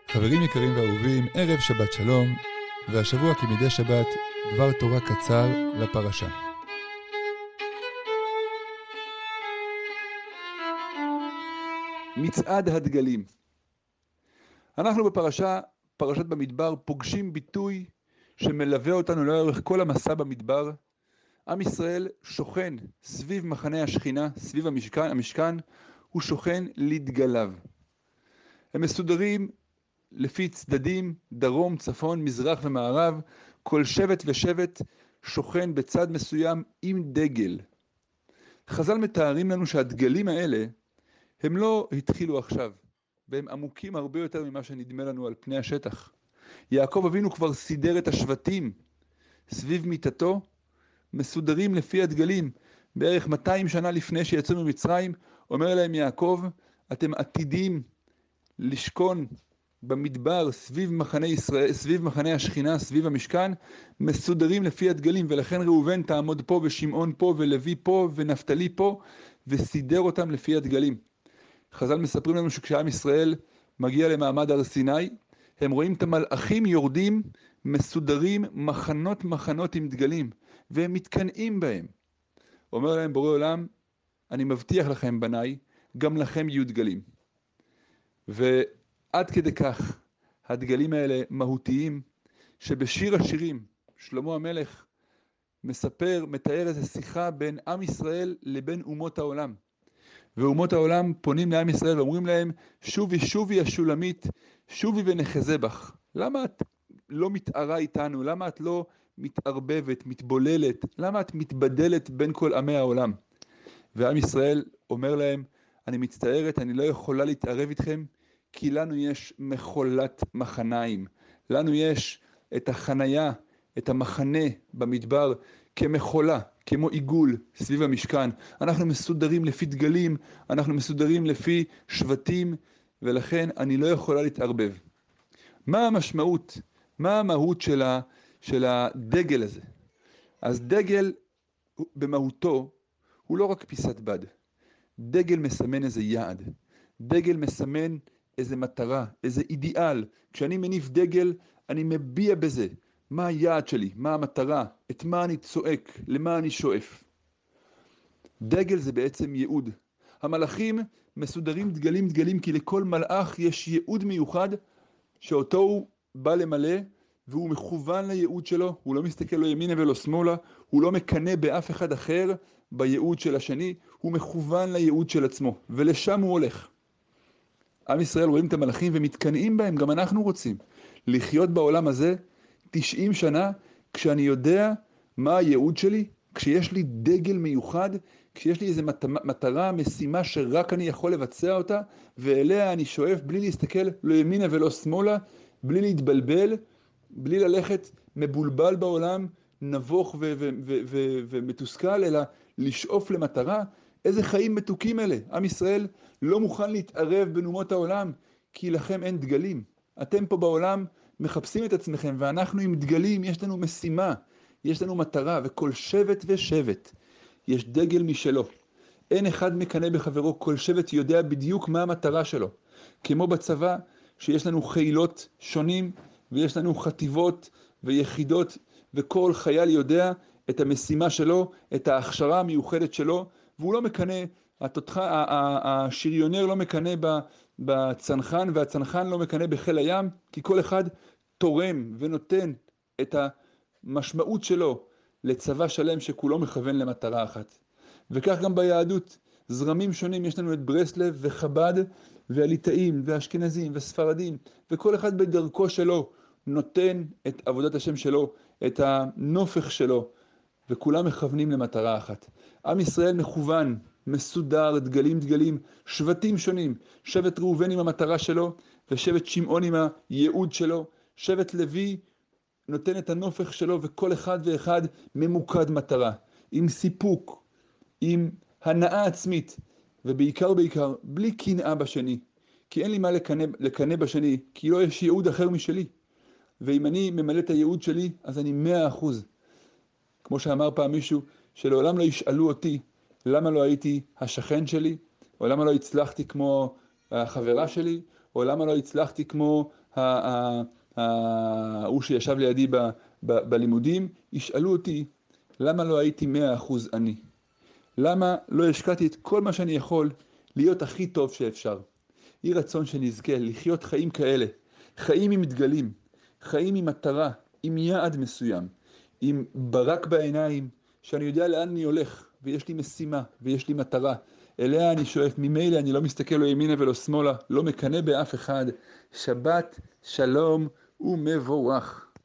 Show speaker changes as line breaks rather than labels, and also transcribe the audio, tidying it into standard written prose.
חברים יקרים ואהובים, ערב שבת שלום, והשבוע כמדי שבת דבר תורה קצר לפרשה. מצעד הדגלים. אנחנו פרשת במדבר, פוגשים ביטוי שמלווה אותנו לאורך כל המסע במדבר. עם ישראל שוכן סביב מחנה השכינה, סביב המשכן, הוא שוכן לדגליו. הם מסודרים לפי צדדים, דרום, צפון, מזרח ומערב, כל שבט ושבט שוכן בצד מסוים עם דגל. חז"ל מתארים לנו שהדגלים האלה הם לא התחילו עכשיו, והם עמוקים הרבה יותר ממה שנדמה לנו על פני השטח. יעקב אבינו כבר סידר את השבטים סביב מיטתו, מסודרים לפי הדגלים. בערך 200 שנה לפני שיצאו ממצרים, אומר להם יעקב, אתם עתידים לשכון במדבר סביב מחנה ישראל, סביב מחנה השכינה, סביב המשכן, מסודרים לפי הדגלים, ולכן ראובן תעמוד פה ושמעון פה ולוי פה ונפתלי פה, וסידר אותם לפי הדגלים. חז"ל מספרים לנו שכשעם ישראל מגיע למעמד הר סיני, הם רואים את המלאכים יורדים מסודרים מחנות עם דגלים, והם מתקנאים בהם. אומר להם בורא עולם, אני מבטיח לכם בניי, גם לכם יהיו דגלים. ועד כדי כך הדגלים האלה מהותיים, שבשיר השירים שלמה המלך מתאר איזו שיחה בין עם ישראל לבין אומות העולם. ואומות העולם פונים לעם ישראל ואומרים להם, שובי שובי השולמית, שובי ונחזה בך. למה את לא מתארה איתנו? למה את לא מתערבבת, מתבוללת? למה את מתבדלת בין כל עמי העולם? ועם ישראל אומר להם, אני מצטערת, אני לא יכולה להתערב איתכם, כי לנו יש מחולת מחניים. לנו יש את החנייה, את המחנה במדבר כמחולה, כמו עיגול סביב המשכן. אנחנו מסודרים לפי דגלים, אנחנו מסודרים לפי שבטים, ולכן אני לא יכולה להתערבב. מה המשמעות, מה המהות של הדגל הזה? אז דגל במהותו הוא לא רק פיסת בד. דגל מסמן איזה יעד. דגל מסמן איזה מטרה, איזה אידיאל. כשאני מניף דגל, אני מביע בזה. מה היעד שלי? מה המטרה? את מה אני צועק? למה אני שואף? דגל זה בעצם ייעוד. המלאכים מסודרים דגלים, כי לכל מלאך יש ייעוד מיוחד, שאותו הוא בא למלא, והוא מכוון לייעוד שלו, הוא לא מסתכל לו ימינה ולא שמאלה, הוא לא מקנה באף אחד אחר בייעוד של השני, הוא מכוון לייעוד של עצמו, ולשם הוא הולך. עם ישראל רואים את המלאכים ומתקנאים בהם, גם אנחנו רוצים לחיות בעולם הזה 90 שנה, כשאני יודע מה הייעוד שלי, כשיש לי דגל מיוחד, כשיש לי איזו מטרה, משימה שרק אני יכול לבצע אותה, ואליה אני שואף בלי להסתכל לא ימינה ולא שמאלה, בלי להתבלבל, בלי ללכת מבולבל בעולם, נבוך ומתוסכל, אלא לשאוף למטרה. איזה חיים מתוקים אלה. עם ישראל לא מוכן להתערב בין אומות העולם, כי לכם אין דגלים. אתם פה בעולם מחפשים את עצמכם, ואנחנו עם דגלים, יש לנו משימה, יש לנו מטרה, וכל שבט ושבט יש דגל משלו. אין אחד מקנא בחברו, כל שבט יודע בדיוק מה המטרה שלו. כמו בצבא, שיש לנו חילות שונים, ויש לנו חטיבות ויחידות, וכל חייל יודע את המשימה שלו, את ההכשרה המיוחדת שלו, והוא לא מקנא, השריונר לא מקנא בצנחן, והצנחן לא מקנא בחיל הים, כי כל אחד תורם ונותן את המשמעות שלו לצבא שלם שכולו מכוון למטרה אחת. וכך גם ביהדות, זרמים שונים, יש לנו את ברסלב וחב"ד והליטאים והאשכנזים וספרדים, וכל אחד בדרכו שלו נותן את עבודת השם שלו, את הנופך שלו, וכולם מכוונים למטרה אחת. עם ישראל מכוון, מסודר, דגלים, שבטים שונים, שבט ראובן עם המטרה שלו, ושבט שמעון עם הייעוד שלו, שבט לוי נותן את הנופך שלו, וכל אחד ואחד ממוקד מטרה, עם סיפוק, עם הנאה עצמית, ובעיקר, בלי קנאה בשני, כי אין לי מה לקנא בשני, כי לא יש ייעוד אחר משלי, ואם אני ממלא את הייעוד שלי, אז אני 100%. כמו שאמר פעם מישהו, שלעולם לא ישאלו אותי, למה לא הייתי השכן שלי, או למה לא הצלחתי כמו החברה שלי, או למה לא הצלחתי כמו הוא שישב לידי בלימודים, ישאלו אותי, למה לא הייתי 100% אני? למה לא השקעתי את כל מה שאני יכול להיות הכי טוב שאפשר? יהי רצון שנזכה לחיות חיים כאלה, חיים עם דגלים, חיים עם מטרה, עם יעד מסוים, עם ברק בעיניים, שאני יודע לאן אני הולך, ויש לי משימה, ויש לי מטרה. אליה אני שואף, ממילא אני לא מסתכל לא ימינה ולא שמאלה, לא מקנא באף אחד. שבת, שלום ומבורך.